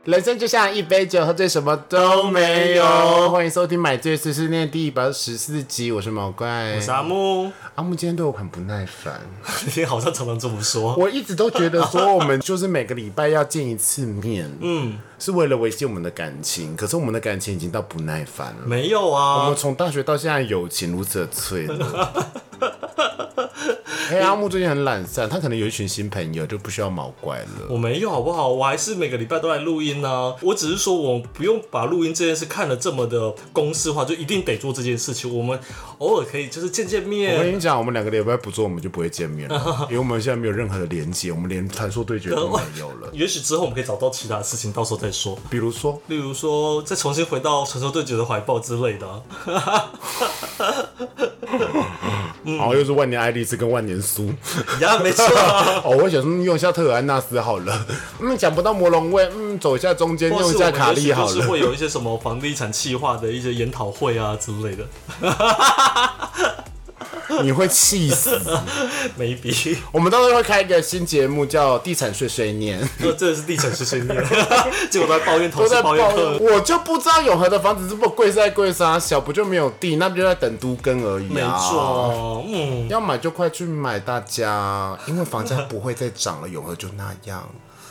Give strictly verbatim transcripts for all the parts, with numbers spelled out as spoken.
人生就像一杯酒，喝醉什么都没有。欢迎收听《买醉碎碎念》第一百十四集，我是毛怪， 我是阿木。 阿木今天对我很不耐烦， 今天好像常常这么说。 我一直都觉得说，我们就是每个礼拜要见一次面，嗯，是为了维系我们的感情。可是我们的感情已经到不耐烦了。 没有啊， 我们从大学到现在友情如此的脆弱。哎、欸，阿木最近很懒散，他可能有一群新朋友，就不需要毛怪了。 我没有好不好？我还是每个礼拜都来录音啊。我只是说，我不用把录音这件事看得这么的公式化，就一定得做这件事情。我们偶尔可以就是见见面。 我跟你讲，我们两个礼拜不做，我们就不会见面了，因为我们现在没有任何的连接，我们连传说对决都没有了。 也许之后我们可以找到其他的事情，到时候再说。 比如说， 例如说，再重新回到传说对决的怀抱之类的、啊。 然后又是万年爱丽丝跟万年苏。 呀，没错、啊。 哦，我想说用一下特尔安纳斯好了。嗯，讲不到魔龙味，嗯，走一下中间用一下卡利好了。 就是会有一些什么房地产企划的一些研讨会啊之类的。 你会气死。 maybe 我们到时候会开一个新节目，叫《地产碎碎念》。 这真的是地产碎碎念，结果都在抱怨同事，抱怨客。 我就不知道永和的房子是不贵在贵啥小，不就没有地，那不就在等都更而已啊？ 没错，嗯， 要买就快去买，大家，因为房价不会再涨了，永和就那样。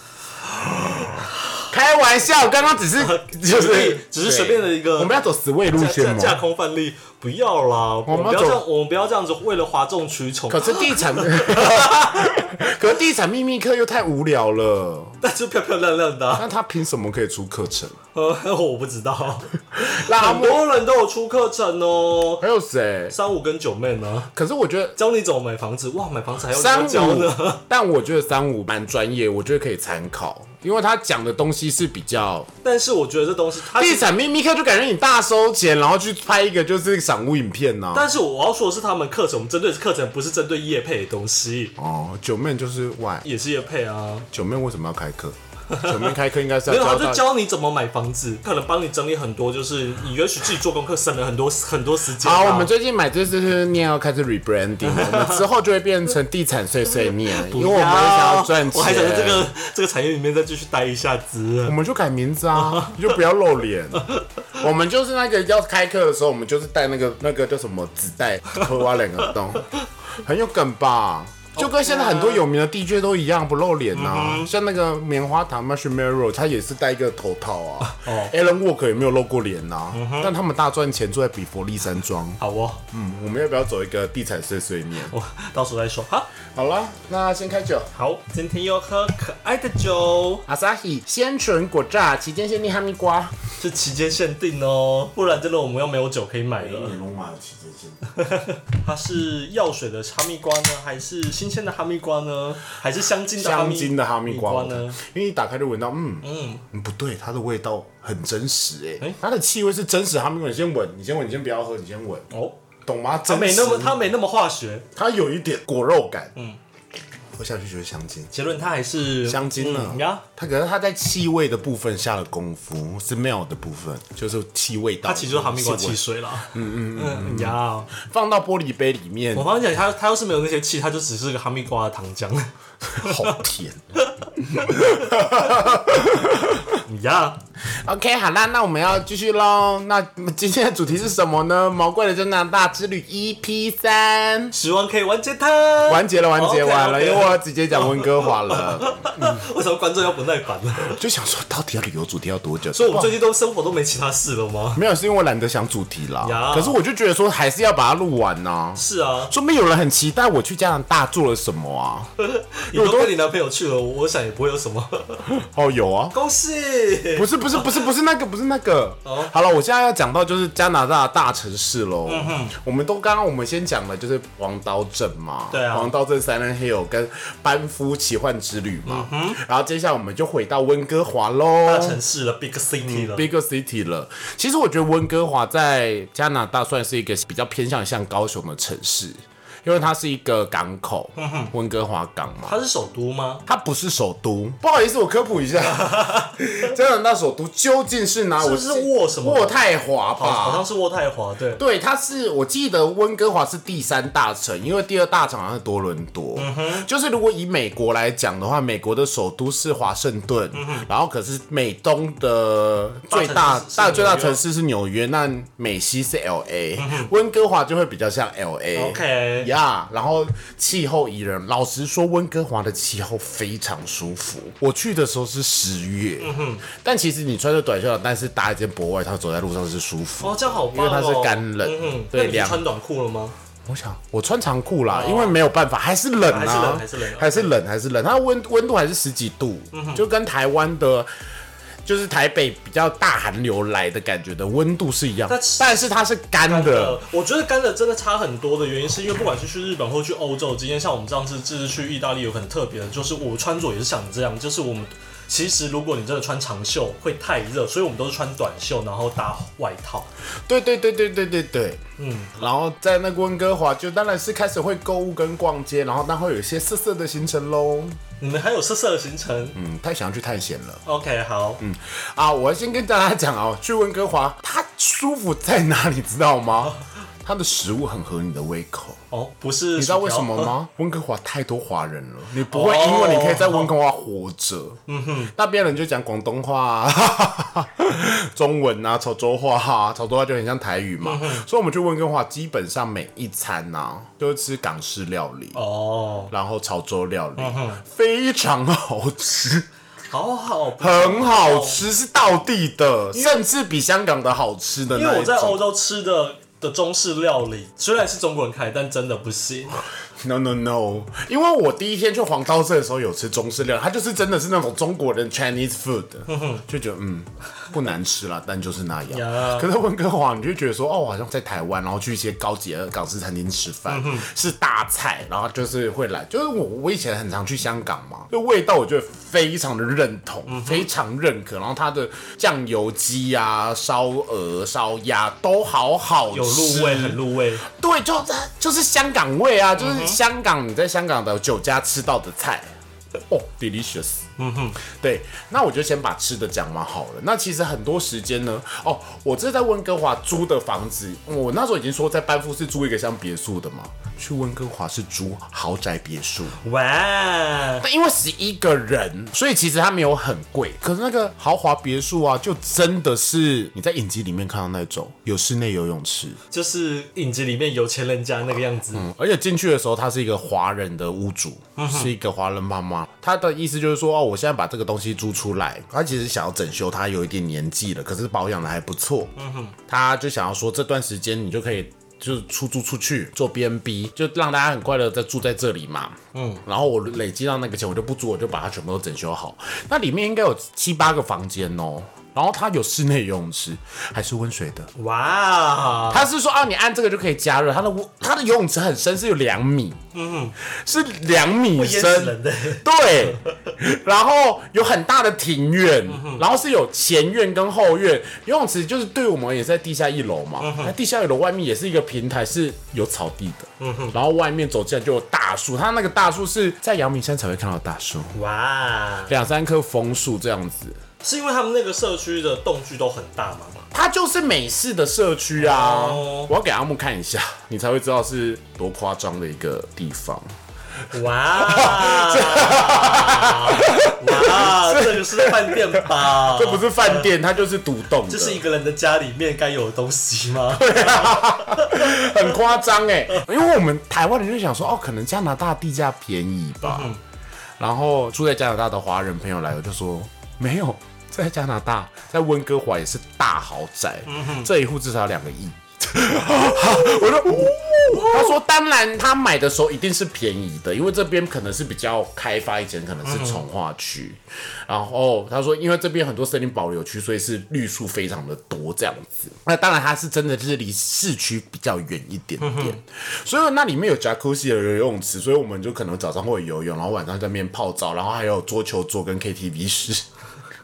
开玩笑，刚刚只是就是只是随便的一个， 我们要走死位路线吗？ 架空范例，不要啦，我们不要这样，我们不要这样子，为了哗众取宠。 可是地产，可是地产秘密课又太无聊了。 但是漂漂亮亮的、啊， 那他凭什么可以出课程？ 呃，我不知道，很多人都有出课程哦。 还有谁？ 三五跟九妹呢？ 可是我觉得教你怎么买房子，哇，买房子还要三教呢。 但我觉得三五蛮专业，我觉得可以参考。因为他讲的东西是比较， 但是我觉得这东西， 地产秘密课就感觉你大收钱，然后去拍一个就是赏屋影片呐、啊。 但是我要说的是，他们课程，我们针对的课程不是针对业配的东西。 哦，九妹就是外， 也是业配啊。 九妹为什么要开课？九妹开课应该是要没有， 教他就教你怎么买房子，可能帮你整理很多，就是你也许自己做功课，省了很多很多时间。 好，我们最近买这次念要开始 rebranding， 我们之后就会变成地产碎碎念，因为我们想要赚钱。 我还想在这个这个产业里面再继续待一下子。 我们就改名字啊，就不要露脸。我们就是那个要开课的时候，我们就是带那个那个叫什么纸袋，喝挖两个洞，很有梗吧？就跟现在很多有名的 D J 都一样，不露脸啊。嗯、像那个棉花糖 Marshmallow， 他也是戴一个头套啊。哦 ，Alan Walker 也没有露过脸啊、嗯。但他们大赚钱，住在比佛利山庄。 好哦， 嗯，我们要不要走一个地产碎碎念？ 我到时候再说。好， 好了，那先开酒。 好，今天要喝可爱的酒， 阿萨希鲜醇果榨期间限定哈密瓜， 是期间限定哦，不然真的我们要没有酒可以买了。 你龙马有期间限定。 它是药水的哈密瓜呢，还是新鲜的哈密瓜呢，还是香精的哈密香精的哈密瓜呢？ 因为一打开就闻到，嗯嗯，不对，它的味道很真实哎、欸欸，它的气味是真实哈密瓜。你先闻，你先闻，你先不要喝，你先闻哦，懂吗？ 它没那么，它没那么化学， 它有一点果肉感，嗯。喝下去就是香精， 结论它还是香精呢、嗯、 呀。 它可是它在气味的部分下了功夫 ，smell 的部分就是气味道。 它其实就是哈密瓜汽水啦。嗯嗯嗯呀， 放到玻璃杯里面。 我刚刚讲它，它要是没有那些气，它就只是个哈密瓜的糖浆。 好甜。 呀、yeah. ，OK， 好啦，那我们要继续喽。那今天的主题是什么呢？毛怪的加拿大之旅 E P 三， 希望可以完结它。 完结了，完结完了， okay, okay. 因为我要直接讲温哥华了。 嗯、为什么观众要不耐烦呢？ 就想说，到底要旅游主题要多久？ 所以我们最近都生活都没其他事了吗？ 没有，是因为我懒得想主题啦。 Yeah. 可是我就觉得说，还是要把它录完呢、啊。 是啊， 说不定有人很期待我去加拿大做了什么啊。 你都跟你男朋友去了，我想也不会有什么。 哦，有啊， 恭喜！ 不是不是不是不是那个不是那个。哦、好了，我现在要讲到就是加拿大的大城市喽。嗯哼，我们都刚刚我们先讲了就是黄刀镇嘛， 对啊， 黄刀镇 Silent Hill 跟班夫奇幻之旅嘛。嗯哼，然后接下来我们就回到温哥华喽， 大城市了 ，Big City 了、 嗯、，Big City 了。其实我觉得温哥华在加拿大算是一个比较偏向像高雄的城市。 因为它是一个港口，温哥华港嘛。 它是首都吗？ 它不是首都，不好意思，我科普一下，加拿大首都究竟是哪？ 是不是渥什么？ 渥太华吧， 好像是渥太华，对。 对，它是我记得温哥华是第三大城，因为第二大城好像是多伦多。嗯哼，就是如果以美国来讲的话，美国的首都是华盛顿，嗯、然后可是美东的最大大最大城市是纽约，那美西是 L A，、嗯、温哥华就会比较像 L A。OK， 呀、yeah, 然后气候宜人，老实说，温哥华的气候非常舒服。我去的时候是十月，嗯哼，但其实你穿着短袖，但是搭一件薄外套走在路上是舒服。 哦，这样好棒哦， 因为它是干冷。嗯哼， 对，你穿短裤了吗？ 我想我穿长裤啦，哦、因为没有办法，还是冷啊，还是冷， 还是冷， 还是冷，还是冷。它温温度还是十几度，嗯、就跟台湾的，就是台北比较大寒流来的感觉的温度是一样，但是它是干的。 的我觉得干的真的差很多的原因，是因为不管是去日本或去欧洲，今天像我们上次就是去意大利，有很特别的，就是我穿着也是像你这样，就是我们。其实，如果你真的穿长袖会太热，所以我们都是穿短袖，然后搭外套。 对对对对对对对，嗯，然后在那个温哥华，就当然是开始会购物跟逛街，然后当然会有一些色色的行程喽。 你们还有色色的行程？ 嗯，太想要去探险了。 OK， 好， 嗯，啊，我要先跟大家讲哦，去温哥华它舒服在哪里，知道吗？它的食物很合你的胃口哦，不是？ 你知道为什么吗？温哥华太多华人了，你不会因为你可以在温哥华活着，嗯哼，那边人就讲广东话啊、中文啊、潮州话啊，潮州话就很像台语嘛，嗯、所以我们去温哥华基本上每一餐啊都是吃港式料理哦，然后潮州料理，嗯、非常好吃。 好好， 很好吃，是道地的，甚至比香港的好吃的那一种。 因为我在欧洲吃的的中式料理，虽然是中国人开，但真的不行。 No no no， 因为我第一天去黄刀镇的时候有吃中式料理，它就是真的是那种中国人 Chinese food， 就觉得嗯不难吃啦，但就是那样。Yeah. 可是温哥华你就觉得说哦，我好像在台湾，然后去一些高级的港式餐厅吃饭，嗯、是大菜，然后就是会来，就是我我以前很常去香港嘛，就味道我觉得非常的认同，嗯、非常认可，然后它的酱油鸡啊、烧鹅、烧鸭都好好吃， 有入味，很入味。 对，就就是香港味啊，就是。香港，你在香港的酒家吃到的菜，哦 ，delicious。嗯哼，对，那我就先把吃的讲完好了。那其实很多时间呢，哦，我这在温哥华租的房子，我那时候已经说在班夫是租一个像别墅的嘛，去温哥华是租豪宅别墅。哇！但因为十一个人，所以其实它没有很贵。可是那个豪华别墅啊，就真的是你在影集里面看到那种有室内游泳池， 就是影集里面有钱人家那个样子。 嗯，而且进去的时候，他是一个华人的屋主，嗯、是一个华人妈妈。他的意思就是说，哦。我现在把这个东西租出来，他其实想要整修，他有一点年纪了，可是保养的还不错。嗯哼，他就想要说这段时间你就可以就是出租出去做 B and B， 就让大家很快乐的住在这里嘛。嗯，然后我累积到那个钱，我就不租，我就把它全部都整修好。那里面应该有七八个房间哦。然后它有室内游泳池，还是温水的。哇！他是说啊，你按这个就可以加热。它的它的游泳池很深，是有两米，嗯，是两米深，对。然后有很大的庭院，嗯、然后是有前院跟后院。游泳池就是对我们也是在地下一楼嘛，那、嗯、地下一楼外面也是一个平台，是有草地的。嗯哼。然后外面走进来就有大树，它那个大树是在阳明山才会看到的大树。哇！两三棵枫树这样子。 是因为他们那个社区的栋距都很大吗？ 它就是美式的社区啊！哦、我要给阿木看一下，你才会知道是多夸张的一个地方。哇！ 哇！这个是饭店吧？ 这不是饭店，它就是独栋的。 这是一个人的家里面该有的东西吗？ 对啊，很夸张哎！因为我们台湾人就想说，哦，可能加拿大地价便宜吧。嗯、然后住在加拿大的华人朋友来，我就说没有。在加拿大，在温哥华也是大豪宅，嗯、这一户至少要两个亿。我说，哦、他说当然他买的时候一定是便宜的，因为这边可能是比较开发，以前可能是从化区。嗯、然后他说，因为这边很多森林保留区，所以是绿树非常的多这样子。那当然它是真的就是离市区比较远一点点，嗯、所以那里面有 jacuzzi 的游泳池，所以我们就可能早上会游泳，然后晚上在那边泡澡，然后还有桌球桌跟 K T V 室。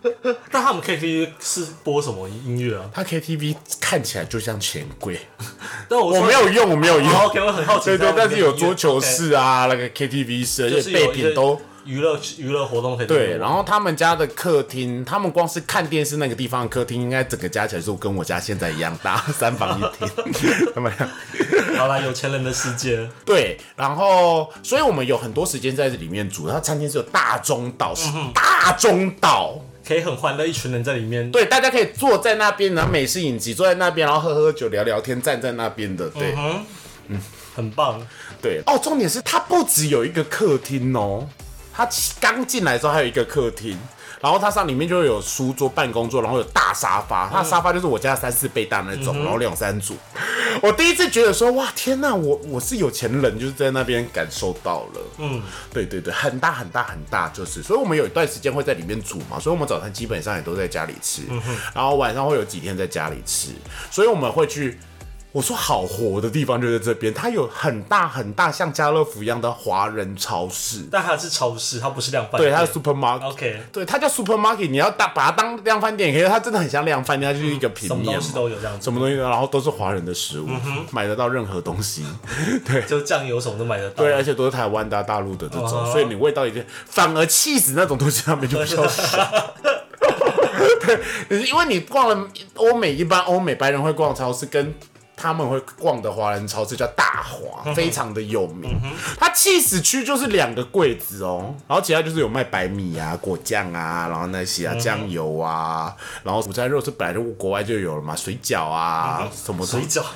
但他们 K T V 是播什么音乐啊？ 他 K T V 看起来就像钱柜， 但我我没有用，我没有用。 哦、OK， 我很好奇。 对对，但是有桌球室啊， okay, 那个 K T V 室，而且备品都娱乐娱乐活动可以。 对，然后他们家的客厅，他们光是看电视那个地方的客厅，应该整个加起来是跟我家现在一样大，三房一厅。他们好啦，有钱人的世界。 对，然后所以我们有很多时间在这里面煮。它餐厅是有大中岛，是大中岛。 可以很欢乐，一群人在里面。 对，大家可以坐在那边，然后美式影集，坐在那边，然后喝喝酒、聊聊天，站在那边的。对， 嗯，嗯很棒。 对，哦，重点是它不只有一个客厅哦，它刚进来的时候还有一个客厅。然后它上里面就会有书桌、办公桌，然后有大沙发。它的沙发就是我家三四倍大那种，嗯、然后两三组。我第一次觉得说，哇，天哪，我我是有钱人，就是在那边感受到了。嗯，对对对，很大很大很大，就是。所以我们有一段时间会在里面煮嘛，所以我们早餐基本上也都在家里吃，嗯、然后晚上会有几天在家里吃，所以我们会去。我说好活的地方就在这边，它有很大很大像家乐福一样的华人超市， 但它是超市，它不是量贩店。 对，它是 supermarket。 OK， 对，它叫 supermarket， 你要把它当量贩店也可以，它真的很像量贩店，它就是一个平面， 什么东西都有这样子， 什么东西，然后都是华人的食物，嗯、买得到任何东西。对， 就酱油什么都买得到。 对，而且都是台湾的、啊、大陆的这种， uh-huh. 所以你味道已经反而气死那种东西，他们就比较少。对，因为你逛了欧美，一般欧美白人会逛超市跟。他们会逛的华人超市叫大华，非常的有名。嗯、它起司区就是两个柜子哦，然后其他就是有卖白米啊、果酱啊，然后那些啊酱、嗯、油啊，然后午餐肉是本来就国外就有了嘛，水饺啊、嗯、什么水饺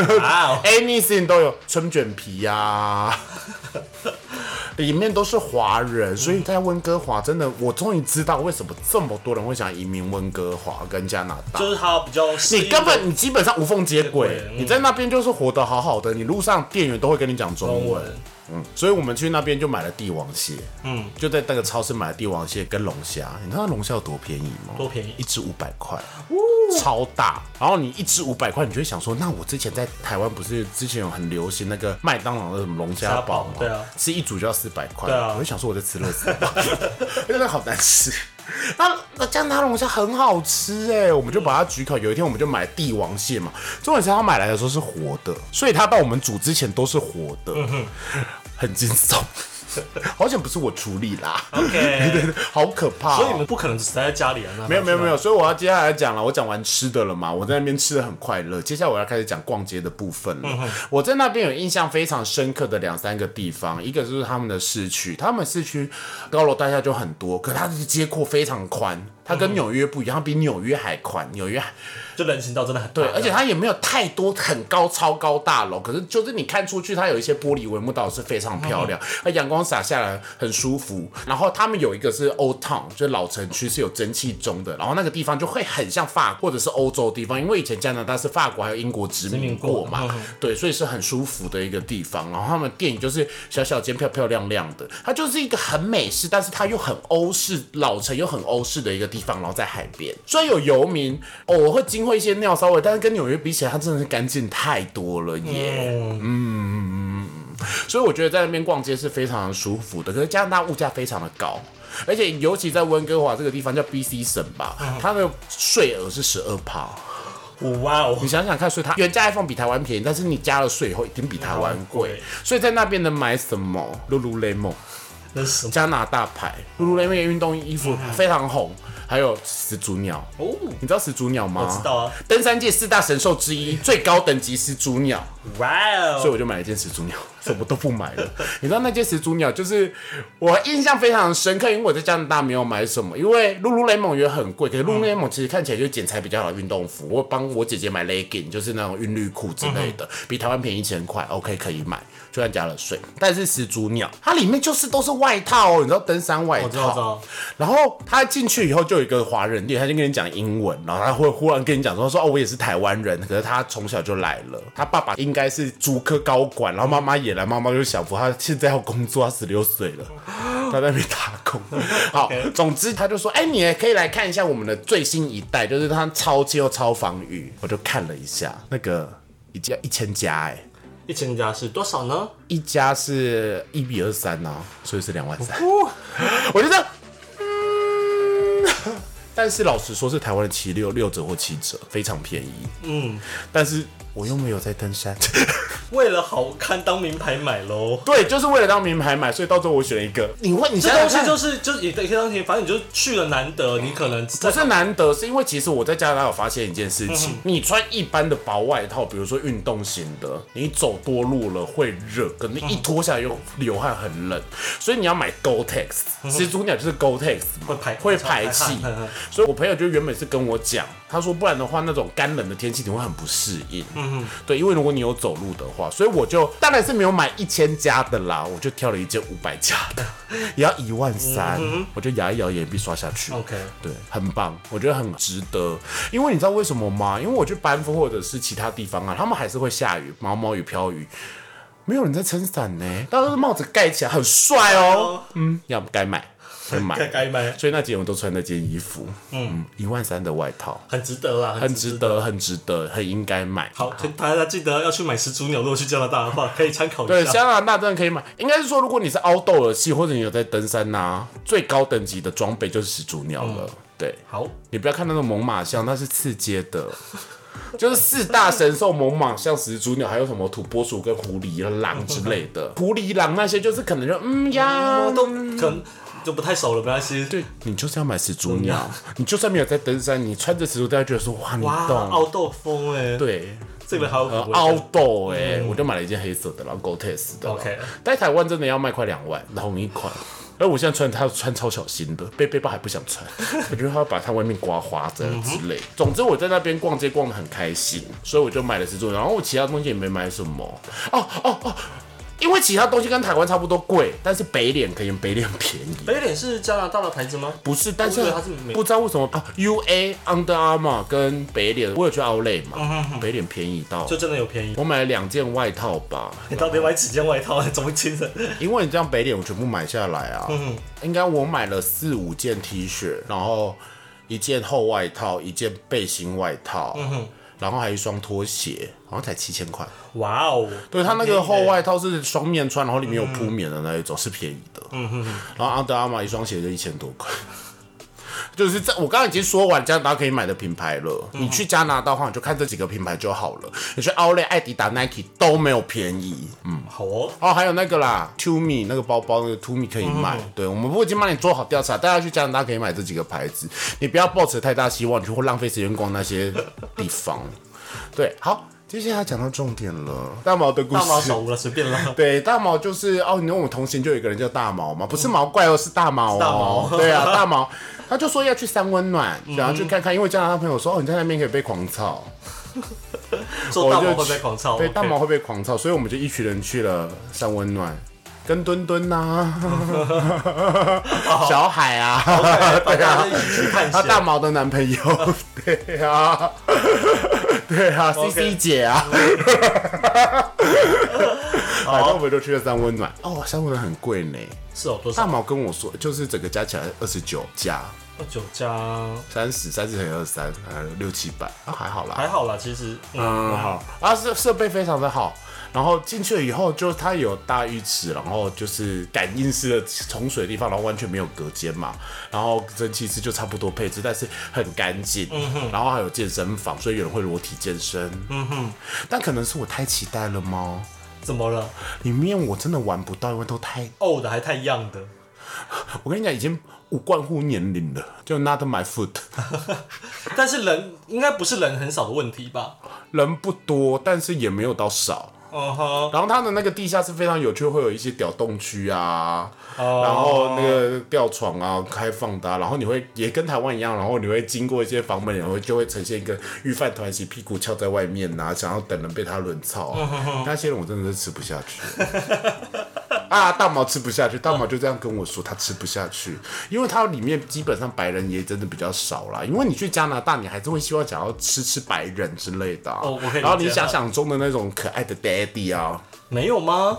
，anything 都有，春卷皮啊。里面都是华人，所以在温哥华真的，我终于知道为什么这么多人会想移民温哥华跟加拿大， 就是它比较， 你根本你基本上无缝接轨，嗯、你在那边就是活得好好的，你路上店员都会跟你讲中文。嗯，所以我们去那边就买了帝王蟹，嗯，就在那个超市买了帝王蟹跟龙虾。你知道龙虾有多便宜吗？ 多便宜， 一只五百块，超大。然后你一只五百块，你就会想说，那我之前在台湾不是之前有很流行那个麦当劳的什么龙虾堡吗？ 对啊， 吃一组就要四百块。 对啊， 我就想说我在吃垃圾堡，真的好难吃。那那加拿大龙虾很好吃哎，我们就把它焗烤。有一天我们就买帝王蟹嘛，重点是它买来的时候是活的，所以它到我们煮之前都是活的。嗯很惊悚，好像不是我处理啦。 OK， 对对对，好可怕、喔。 所以你们不可能只待在家里啊？ 没有没有没有，所以我要接下来讲了。我讲完吃的了嘛，我在那边吃的很快乐。接下来我要开始讲逛街的部分了。嗯、我在那边有印象非常深刻的两三个地方，一个就是他们的市区，他们市区高楼大厦就很多，可它的街廓非常宽。它跟纽约不一样，它比纽约还宽。纽约就人行道真的很大， 对，而且它也没有太多很高超高大楼，可是就是你看出去，它有一些玻璃帷幕岛是非常漂亮，它阳光洒下来很舒服。然后他们有一个是 Old Town， 就是老城区是有蒸汽钟的，然后那个地方就会很像法国或者是欧洲的地方，因为以前加拿大是法国还有英国殖民过嘛，嗯、对，所以是很舒服的一个地方。然后他们电影就是小小间漂漂亮亮的，它就是一个很美式，但是它又很欧式，老城又很欧式的一个地方。然后在海边，虽然有游民，偶尔会经过一些尿骚味，但是跟纽约比起来，它真的是干净太多了耶。嗯嗯，所以我觉得在那边逛街是非常的舒服的。可是加拿大物价非常的高，而且尤其在温哥华这个地方叫 B C 省吧，它的税额是十二趴。 哇哦！ 你想想看，所以它原价 iPhone 比台湾便宜，但是你加了税以后一定比台湾贵。所以在那边能买什么 ？Lululemon。加拿大牌 Lululemon 运动衣服非常红，还有始祖鸟哦，你知道始祖鸟吗？ 我知道啊， 登山界四大神兽之一，最高等级始祖鸟。 哇哦！ 所以我就买了一件始祖鸟，什么都不买了。你知道那件始祖鸟就是我印象非常深刻，因为我在加拿大没有买什么，因为 Lululemon 也很贵，可是 Lululemon 其实看起来就是剪裁比较好的运动服。我帮我姐姐买 legging， 就是那种韵律裤之类的，比台湾便宜一千块 ，OK 可以买。就算加了税，但是始祖鸟它里面就是都是外套哦，你知道登山外套。然后他进去以后就有一个华人店，他就跟你讲英文，然后他会忽然跟你讲说说哦，我也是台湾人，可是他从小就来了，他爸爸应该是竹科高管，然后妈妈也来，妈妈就是小福，他现在要工作，他十六岁了，他在那边打工。好，总之他就说，哎、欸，你也可以来看一下我们的最新一代，就是他超气又超防雨，我就看了一下，那个一家一千家哎。 一千家是多少呢？ 一家是一比二三啊，所以是两万三。我觉得，嗯， 但是老实说，是台湾的七六六折或七折，非常便宜。嗯，但是我又没有在登山， 为了好看当名牌买喽。 对，就是为了当名牌买，所以到最后我选了一个。你会，你这东西就是就是也可以当天，反正你就去了难得，你可能不是难得，是因为其实我在加拿大有发现一件事情，嗯、你穿一般的薄外套，比如说运动型的，你走多路了会热，可能一脱下来又流汗很冷，所以你要买 Gore-Tex， 始祖鸟就是 Gore-Tex 会排会排气，所以我朋友就原本是跟我讲，他说不然的话那种干冷的天气你会很不适应，嗯对，因为如果你有走路的话，所以我就当然是没有买一千加的啦，我就挑了一件五百加的，也要一万三，嗯、我就咬一咬眼皮刷下去 ，OK， 对，很棒，我觉得很值得，因为你知道为什么吗？因为我去班夫或者是其他地方啊，他们还是会下雨，毛毛雨、飘雨。没有人在撑伞呢，大家都是帽子盖起来，很帅哦。嗯，要该买，该买， 该买。 所以那几天我都穿那件衣服，嗯，一万三的外套， 很值得啦， 很值得，很值得，很应该买。 好，大家记得要去买始祖鸟，如果去加拿大的话，可以参考一下。 对，加拿大真的可以买。应该是说，如果你是outdoor系，或者你有在登山呐，最高等级的装备就是始祖鸟了。嗯、对， 好， 你不要看那种猛犸象，那是次阶的。就是四大神兽猛犸象、始祖鸟，还有什么土拨鼠跟狐狸狼之类的。狐狸狼那些就是可能就嗯呀， 都可能就不太熟了，没关系。 对，你就是要买始祖鸟，你就算没有在登山，你穿着始祖鸟，觉得说哇，你懂凹豆风哎， 对。 这个好有凹豆哎，我就买了一件黑色的，然后 Gore-Tex 的。 OK， 在台湾真的要卖快两万，同一款。而我现在穿它穿超小心的，背背包还不想穿，我觉得他要把它外面刮花这样之类。嗯、总之我在那边逛街逛得很开心，所以我就买了始祖鸟，然后我其他东西也没买什么。哦哦哦。因为其他东西跟台湾差不多贵，但是北脸可以北脸便宜。 北脸是加拿大的牌子吗？ 不是，但是不知道为什么啊 ，U A、Under Armour 跟北脸，我有去 Outlet 嘛，嗯、哼哼北脸便宜到， 就真的有便宜。 我买了两件外套吧。 你到底买几件外套？怎么清的？ 因为你这样北脸我全部买下来啊，嗯、应该我买了四五件 T 恤，然后一件厚外套，一件背心外套。嗯然后还有一双拖鞋，好像才七千块。 哇哦！ 对，它那个厚外套是双面穿，然后里面有铺棉的那一种，是便宜的。嗯哼哼。然后 Under Armour 一双鞋就一千多块。就是在我刚刚已经说完加拿大可以买的品牌了，嗯、你去加拿大的话，你就看这几个品牌就好了。你去 Outlet、艾迪达、Nike 都没有便宜。嗯， 好哦。 哦，还有那个啦 ，Tumi 那个包包，那个 Tumi 可以买。嗯、对，我们不已经帮你做好调查，大家去加拿大可以买这几个牌子，你不要抱持太大希望，你就会浪费时间逛那些地方。对，好。接下来讲到重点了，大毛的故事。 大毛手了，随便了。 对，大毛就是哦，你知道我们同行就有一个人叫大毛嘛，不是毛怪哦，是大毛哦。 大毛。 对啊，大毛，他就说要去三温暖，想要去看看，因为加拿大朋友说哦，你在那边可以被狂操。 说大毛会被狂操。 对，大毛会被狂操，所以我们就一群人去了三温暖。跟墩墩呐，小海啊， okay, 对啊， 他大毛的男朋友，对啊，对啊 ，C C 姐啊，反正我们就去了三温暖，哦，三温暖很贵呢， 是哦，多少？ 大毛跟我说，就是整个加起来二十九加， 二十九加三十，三十乘以二十三，六七百，啊，还好啦， 还好啦，其实， 嗯，嗯好，啊，设设备非常的好。然后进去了以后，就它有大浴池，然后就是感应式的冲水的地方，然后完全没有隔间嘛。然后蒸汽室就差不多配置，但是很干净。嗯哼。然后还有健身房，所以有人会裸体健身。嗯哼。但可能是我太期待了吗？ 怎么了？ 里面我真的玩不到，因为都太 old还太 young 的。 我跟你讲，已经无关乎年龄了，就 not my foot。 但是人应该不是人很少的问题吧？ 人不多，但是也没有到少。Uh huh. 然后它的那个地下室非常有趣，会有一些屌洞区啊，uh. 然后那个吊床啊，开放的、啊，然后你会也跟台湾一样，然后你会经过一些房门，然后就会呈现一个御饭团席，屁股翘在外面呐、啊，想要等人被他轮操、啊。Uh huh. 那些人我真的是吃不下去。啊，大毛吃不下去，大毛就这样跟我说，他吃不下去，因为它里面基本上白人也真的比较少啦。因为你去加拿大，你还是会希望想要吃吃白人之类的、啊。 哦，我可以。 然后你想想中的那种可爱的 daddy 啊， 没有吗？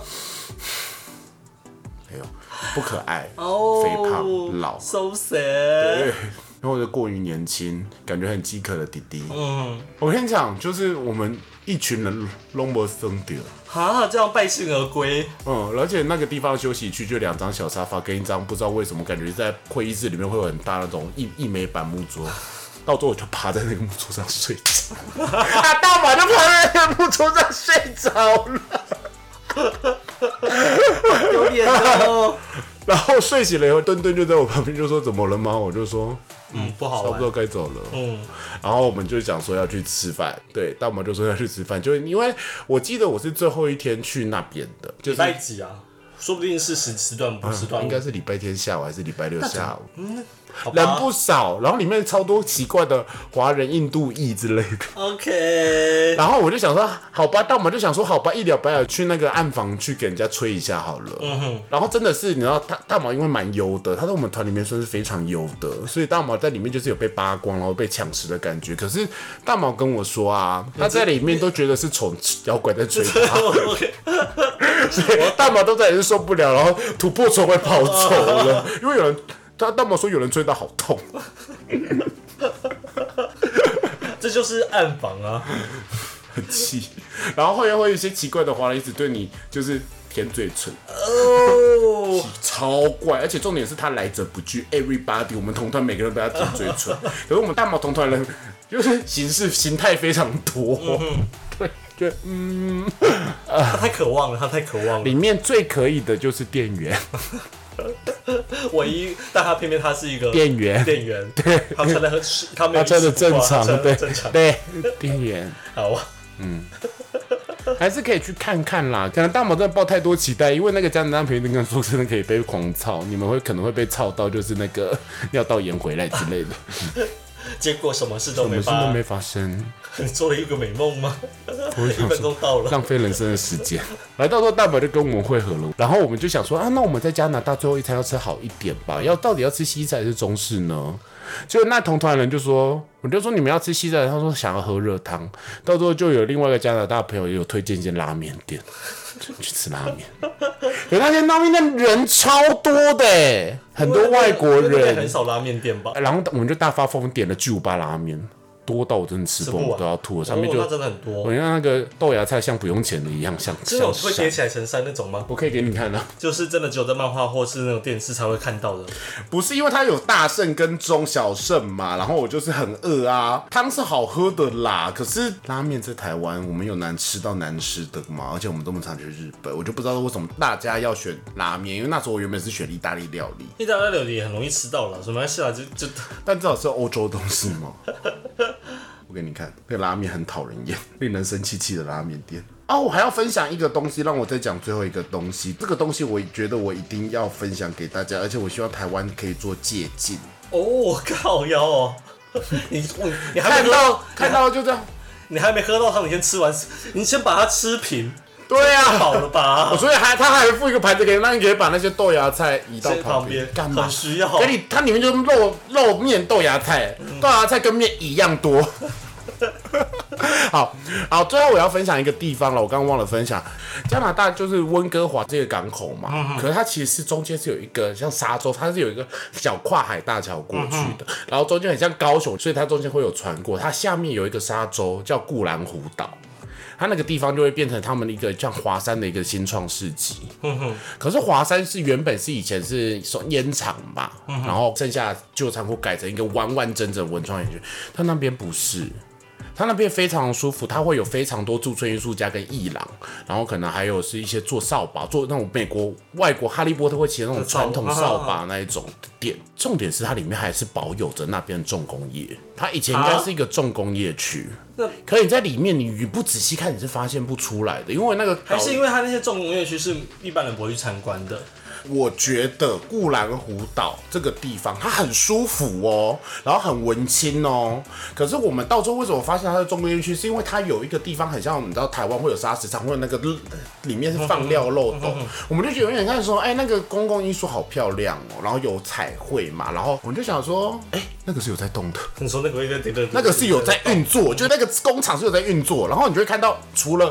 没有，不可爱， 哦、 肥胖老 ，so sad。 对。或者过于年轻，感觉很饥渴的弟弟。嗯，我跟你讲，就是我们一一群人都没生掉。 啊，这样败兴而归。 嗯，而且那个地方休息区就两张小沙发跟一张不知道为什么感觉在会议室里面会有很大那种一一枚板木桌，到最后我就趴在那个木桌上睡着，啊，大马就趴在那个木桌上睡着了， 有脸的哦。 然后睡醒了以后，墩墩就在我旁边就说怎么了吗？我就说。 嗯，不好玩， 差不多该走了。 嗯， 然后我们就讲说要去吃饭，对，大毛就说要去吃饭，就因为我记得我是最后一天去那边的，就是礼拜几啊？说不定是时时段不时段、 嗯，应该是礼拜天下午还是礼拜六下午。 嗯， 人不少，然后里面超多奇怪的华人、印度裔之类的。 OK。 然后我就想说，好吧，但我们就想说，好吧，一了百了去那个暗房去给人家吹一下好了。嗯哼。然后真的是，你知道，大大毛因为蛮优的，他在我们团里面算是非常优的，所以大毛在里面就是有被扒光，然后被抢食的感觉。可是大毛跟我说啊，他在里面都觉得是虫妖怪在追他。 OK。 所以大毛都在里面受不了，然后突破窗外跑走了，因为有人。他大毛说有人追到好痛， 这就是暗房啊， 很气。然后后面会有一些奇怪的华人一直对你就是舔嘴唇， 哦， 超怪，而且重点是他来者不拒 ，everybody， 我们同团每个人被他舔嘴唇，可是我们大毛同团人就是形式形态非常多，嗯、对，就嗯， 他太渴望了，他太渴望了。 里面最可以的就是店员。 唯一，但他偏偏他是一个店员， 店员， 对， 他穿的他没有他穿的正常，对， 正常， 对，店员， 好啊， 嗯，还是可以去看看啦。可能大毛真的抱太多期待，因为那个加拿大朋友跟说真的可以被狂操，你们会可能会被操到，就是那个尿道炎回来之类的。嗯、 结果什么事都没发， 什么事都没发生。 你做了一个美梦吗？ 我一分钟到了， 浪费人生的时间。来到时候大宝就跟我们会合了，然后我们就想说啊，那我们在加拿大最后一餐要吃好一点吧？要到底要吃西餐还是中式呢？结果那同团人就说，我就说你们要吃西餐，他说想要喝热汤。到时候就有另外一个加拿大朋友也有推荐一间拉面店，就去吃拉面。可那间拉面店人超多的，很多外国人， 很少拉面店吧？ 然后我们就大发疯点了巨无霸拉面。多到我真的吃不完，都要吐了。上面就、 哦、那真的很多。 我像那个豆芽菜像不用钱的一样，像这种会叠起来成山那种吗？ 我可以给你看啊， 就是真的只有在漫画或是那种电视才会看到的。 不是因为它有大盛跟中小盛嘛，然后我就是很饿啊，汤是好喝的啦。可是拉面在台湾，我们有难吃到难吃的嘛？而且我们这么常去日本，我就不知道为什么大家要选拉面，因为那时候我原本是选意大利料理， 意大利料理也很容易吃到了，什么事啊？就就， 但至少是欧洲东西嘛。我给你看，那个拉面很讨人厌，令人生气气的拉面店。哦，我还要分享一个东西，让我再讲最后一个东西。这个东西我觉得我一定要分享给大家，而且我希望台湾可以做借鉴。 哦，我靠腰哦！你你你还没看到看到就这样， 你还没喝到汤，你先吃完，你先把它吃平。 对啊， 好了吧？ 所以还他还附一个牌子给你，让你可以把那些豆芽菜移到旁边， 干嘛？很需要。 给你，它里面就是肉肉面豆芽菜，嗯、豆芽菜跟面一样多。好好，最后我要分享一个地方了，我刚刚忘了分享。加拿大就是温哥华这个港口嘛，嗯、可是它其实是中间是有一个像沙洲，它是有一个小跨海大桥过去的，嗯、然后中间很像高雄，所以它中间会有船过。它下面有一个沙洲叫固兰湖岛。它那个地方就会变成他们的一个像华山的一个新创市集，嗯、可是华山是原本是以前是烟厂吧，嗯、然后剩下旧仓库改成一个完完整整文创园区，它那边不是。它那边非常舒服，它会有非常多驻村艺术家跟艺廊，然后可能还有是一些做扫把、做那种美国、外国哈利波特会骑的那种传统扫把那一种店。重点是它里面还是保有着那边的重工业，它以前应该是一个重工业区，啊、可是你在里面你不仔细看你是发现不出来的，因为那个还是因为它那些重工业区是一般人不会去参观的。 我觉得固兰湖岛这个地方它很舒服哦，然后很文青哦。可是我们到最后为什么发现它是重工业区，是因为它有一个地方很像你知道台湾会有砂石场，会有那个里面是放料漏斗，我们就觉得有点看说，哎、欸，那个公共艺术好漂亮哦，然后有彩绘嘛，然后我们就想说，哎、欸，那个是有在动的。 你说那个那个那个是有在运作，就是那个工厂是有在运作，然后你就会看到除了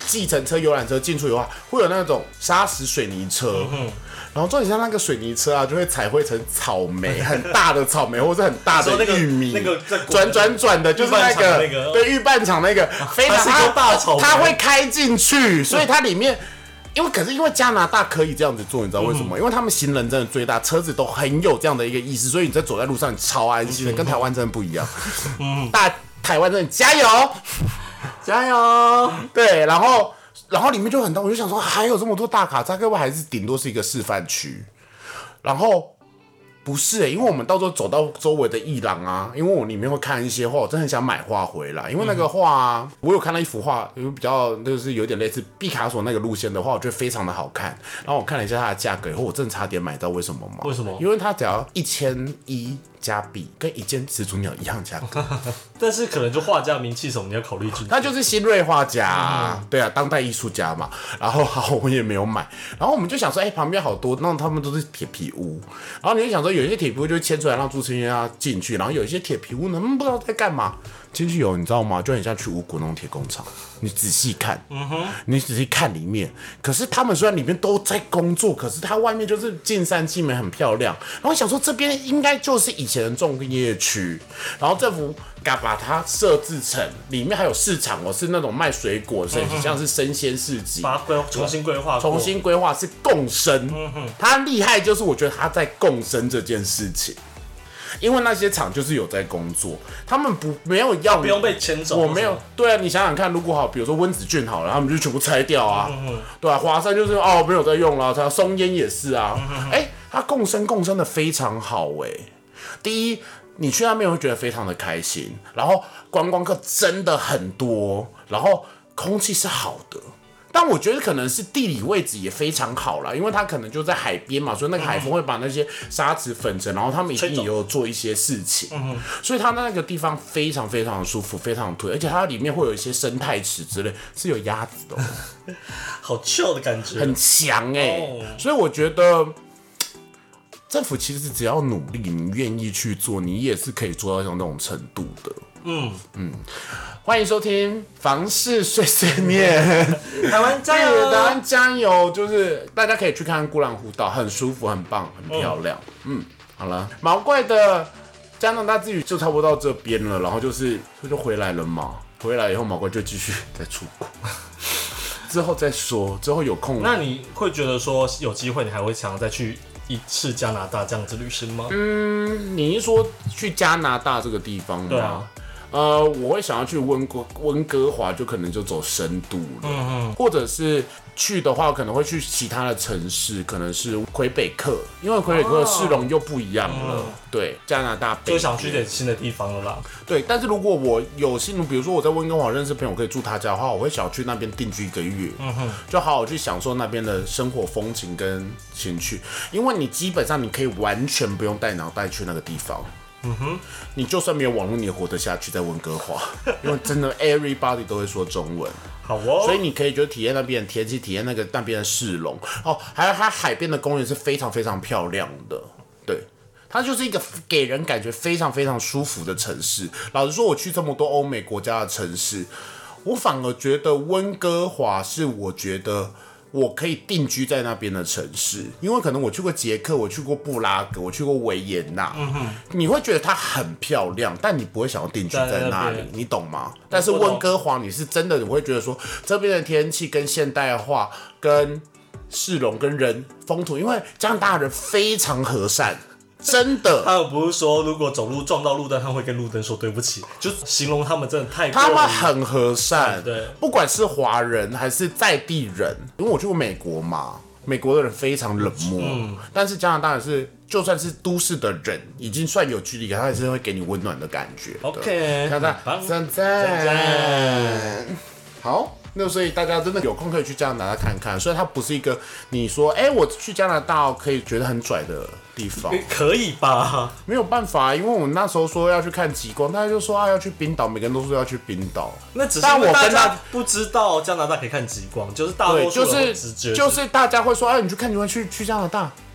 计程车、游览车进去的话，会有那种砂石水泥车。嗯然后重点是那个水泥车啊，就会彩绘成草莓，很大的草莓，或者很大的玉米， 那个转转转的，就是那个对预拌厂那个，非常大草莓， 它会开进去，所以它里面。因为可是因为加拿大可以这样子做，你知道为什么？嗯、因为他们行人真的最大，车子都很有这样的一个意识，所以你在走在路上你超安心的，嗯、跟台湾真的不一样。嗯，大台湾真的加油， 加油！ 对，然后然后里面就很大，我就想说还有这么多大卡车，该不会还是顶多是一个示范区？然后不是哎、欸，因为我们到时候走到周围的艺廊啊，因为我里面会看一些画，我真的很想买画回来，因为那个画啊，嗯、我有看到一幅画，有比较就是有点类似毕卡索那个路线的话，我觉得非常的好看。然后我看了一下它的价格以后，我真的差点买到，为什么吗？ 为什么？ 因为它只要一千一加币，跟一件始祖鸟一样价格。 但是可能就画家名气什么，你要考虑进去。 他就是新锐画家、啊，嗯、对啊，当代艺术家嘛。然后好，我也没有买。然后我们就想说，哎、欸，旁边好多，那他们都是铁皮屋。然后你就想说，有一些铁皮屋就牵出来让住持员进去，然后有一些铁皮屋呢，嗯，不知道在干嘛。进去有，你知道吗？就很像去五股那种铁工厂。你仔细看，嗯哼，你仔细看里面。可是他们虽然里面都在工作，可是它外面就是尽善尽美，很漂亮。然后想说这边应该就是以前的种业区，然后政府敢把它设置成里面还有市场哦，是那种卖水果的，嗯、像是生鲜市集， 把它重新规划， 重新规划是共生。嗯、它厉害就是我觉得它在共生这件事情。因为那些厂就是有在工作，他们不没有要不用被牵走。 我没有，对啊，你想想看，如果好，比如说温子俊好了，他们就全部拆掉啊，嗯、对啊，华山就是哦没有在用了，它松烟也是啊，哎、嗯欸，它共生共生的非常好哎、欸。第一，你去那边会觉得非常的开心，然后观光客真的很多，然后空气是好的。但我觉得可能是地理位置也非常好啦，因为它可能就在海边嘛，所以那个海风会把那些沙子粉尘，然后他们一定也有做一些事情，嗯、所以它那个地方非常非常的舒服，非常的推，而且它里面会有一些生态池之类，是有鸭子的、喔， 好 chill 的感觉， 很强哎、欸， oh. 所以我觉得政府其实只要努力，你愿意去做，你也是可以做到像那种程度的。嗯嗯，欢迎收听房事碎碎念， 台湾加油！ 台湾加油！就是大家可以去看孤狼湖岛，很舒服，很棒，很漂亮。嗯，嗯好了，毛怪的加拿大之旅就差不多到这边了，然后就是就回来了嘛。回来以后，毛怪就继续再出国，之后再说，之后有空。 那你会觉得说有机会，你还会想要再去一次加拿大这样子旅行吗？ 嗯，你是说去加拿大这个地方吗？ 对啊。 呃，我会想要去温哥温哥华，就可能就走深度了，嗯嗯，或者是去的话，可能会去其他的城市，可能是魁北克，因为魁北克的市容又不一样了，哦、对，加拿大北就想去点新的地方了啦。 对，但是如果我有幸，比如说我在温哥华认识朋友可以住他家的话，我会想去那边定居一个月，嗯哼，就好好去享受那边的生活风情跟情趣，因为你基本上你可以完全不用带脑袋去那个地方。嗯哼，你就算没有网络，你也活得下去在温哥华，因为真的 everybody 都会说中文。 好哦， 所以你可以就体验那边的天气，体验那个那边的市容哦，还有它海边的公园是非常非常漂亮的，对。它就是一个给人感觉非常非常舒服的城市。老实说，我去这么多欧美国家的城市，我反而觉得温哥华是我觉得我可以定居在那边的城市，因为可能我去过捷克，我去过布拉格，我去过维也纳，嗯、你会觉得它很漂亮，但你不会想要定居在那里，你懂吗？但是温哥华你是真的，你会觉得说这边的天气跟现代化、跟市容、跟人风土，因为加拿大人非常和善。真的， 他们不是说如果走路撞到路灯，他们会跟路灯说对不起，就形容他们真的太过。 他们很和善， 对， 不管是华人还是在地人，因为我去过美国嘛，美国的人非常冷漠，嗯、但是加拿大人是，就算是都市的人，已经算有距离，他还是会给你温暖的感觉。 OK， 加拿大赞赞，好。那所以大家真的有空可以去加拿大看看，虽然它不是一个你说哎、欸、我去加拿大可以觉得很拽的地方， 可以吧？ 没有办法，因为我们那时候说要去看极光，大家就说啊要去冰岛，每个人都说要去冰岛。 那只是因为大家不知道加拿大可以看极光，就是大多数人的直觉、 就是，就是大家会说哎、啊、你去看你会去去加拿大。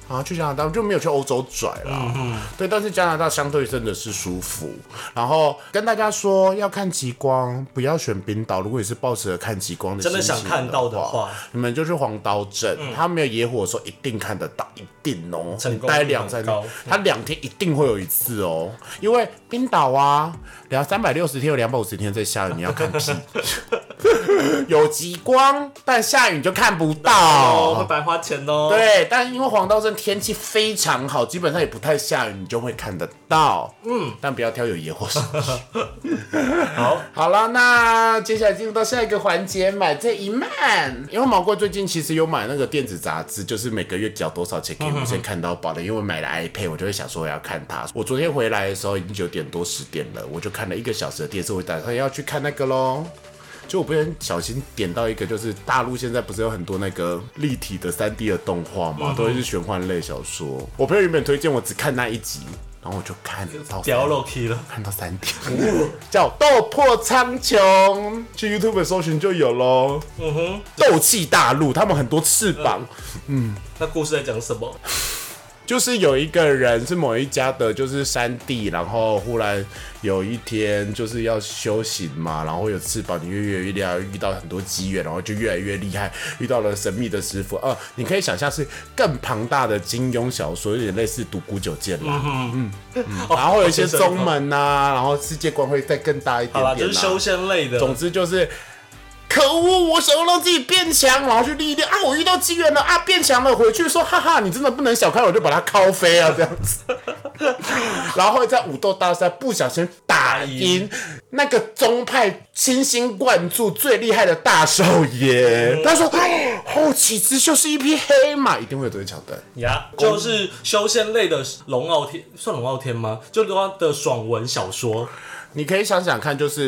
啊，去加拿大就没有去欧洲拽啦。嗯对，但是加拿大相对真的是舒服。然后跟大家说，要看极光，不要选冰岛。如果你是抱着看极光的心情真的想看到的话， 你们就去黄刀镇，嗯、它没有野火的时候一定看得到，一定哦。 成功待两三天，它两天一定会有一次哦。因为冰岛啊，两三百六十天有两百五十天在下雨，你要看屁。有极光，但下雨你就看不到， 哦、会白花钱哦。 对，但因为黄刀镇天气非常好，基本上也不太下雨，你就会看得到。嗯，但不要挑有野火时期。 好， 好了，那接下来进入到下一个环节，买这一漫。因为毛贵最近其实有买那个电子杂志，就是每个月缴多少钱可以无限看到饱的。因为我买了 iPad， 我就会想说我要看它。我昨天回来的时候已经九点多十点了，我就看了一个小时的电视，我打算要去看那个咯。就我不小小心点到一个，就是大陆现在不是有很多那个立体的 三 D 的动画嘛，嗯、都是玄幻类小说。我朋友原本推荐我只看那一集，然后我就看到掉落去了， 看到三点，叫《斗破苍穹》，去 YouTube 搜寻就有咯。嗯哼，斗气大陆，他们很多翅膀。嗯， 那故事在讲什么？ 就是有一个人是某一家的，就是山地，然后忽然有一天就是要修行嘛，然后有翅膀，你越越越厉害，遇到很多机缘，然后就越来越厉害，遇到了神秘的师傅。呃，你可以想象是更庞大的金庸小说，有点类似独孤九剑啦。嗯嗯嗯，然后有一些宗门啊，然后世界观会再更大一点点啦。 好啦，就是修仙类的。 总之就是。可恶！我想要让自己变强，然后去历练啊！我遇到机缘了啊，变强了，回去说哈哈，你真的不能小看我，就把他敲飞啊，这样子。然后在武斗大赛不小心打赢那个宗派清心灌注最厉害的大少爷。嗯、他说：“后起之秀是一匹黑马，一定会有这个桥段。” 呀，就是修仙类的龙傲天，算龙傲天吗？就他的爽文小说。 你可以想想看，就是，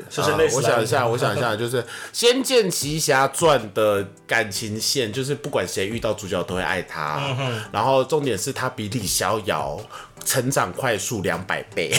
呃、我想一下，我想一下，就是《仙剑奇侠传》的感情线，就是不管谁遇到主角都会爱他，嗯、然后重点是他比李逍遥成长快速两百倍，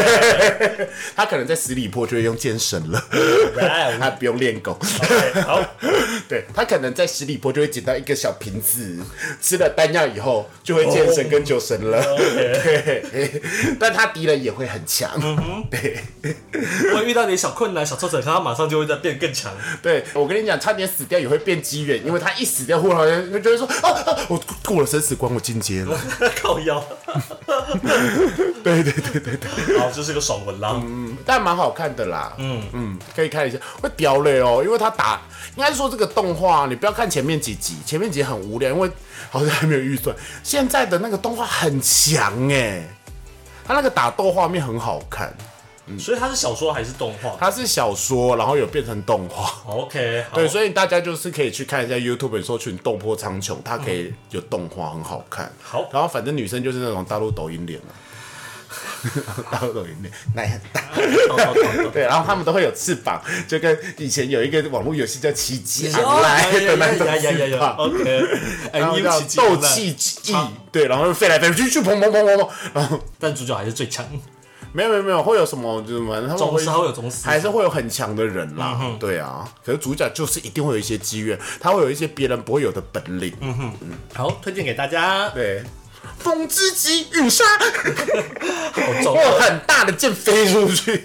okay. 他可能在十里坡就会用剑神了， right. 他不用练功。 Okay, 好， 对他可能在十里坡就会捡到一个小瓶子，吃了丹药以后就会剑神跟酒神了。Oh, okay. 对，但他敌人也会很强。嗯、对， 我遇到点小困难、小挫折，他马上就会再变更强。 对，我跟你讲，差点死掉也会变机缘，因为他一死掉，忽然就觉得说啊啊，我过了生死关，我进阶了， 靠腰。 对对对对对， 好，这是个爽文啦， 嗯，但蛮好看的啦，嗯嗯，可以看一下，会掉泪哦，因为他打，应该是说这个动画，你不要看前面几集，前面几集很无聊，因为好像还没有预算，现在的那个动画很强哎，他那个打斗画面很好看。 嗯、所以它是小说还是动画？ 它是小说，然后有变成动画。 OK， 对，所以大家就是可以去看一下 YouTube， 搜寻《斗破苍穹》，它可以有动画，很好看。 好， 然后反正女生就是那种大陆抖音脸了，大陆抖音脸奶很大，对，然后他们都会有翅膀，就跟以前有一个网络游戏叫《奇迹 Online》的那种翅膀。 OK， 然后叫斗气翼，对，然后飞来飞去，去砰砰砰砰砰，然后但主角还是最强。 没有没有没有，会有什么就是反正他们会会有宗师， 还是会有很强的人啦，嗯、对啊。可是主角就是一定会有一些机缘，他会有一些别人不会有的本领。嗯哼， 嗯，好，推荐给大家。 对，风之极陨沙， 好重， 哇，很大的剑飞出去。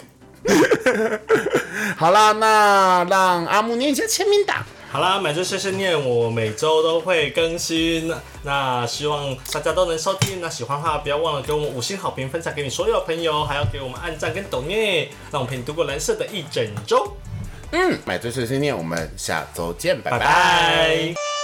好啦，那让阿木念一下签名档。 好啦，买醉碎碎念，我每周都会更新，那希望大家都能收听。那喜欢的话，不要忘了给我们五星好评，分享给你所有朋友，还要给我们按赞跟抖内，让我们陪你度过蓝色的一整周。 嗯，买醉碎碎念，我们下周见，拜拜。 拜拜。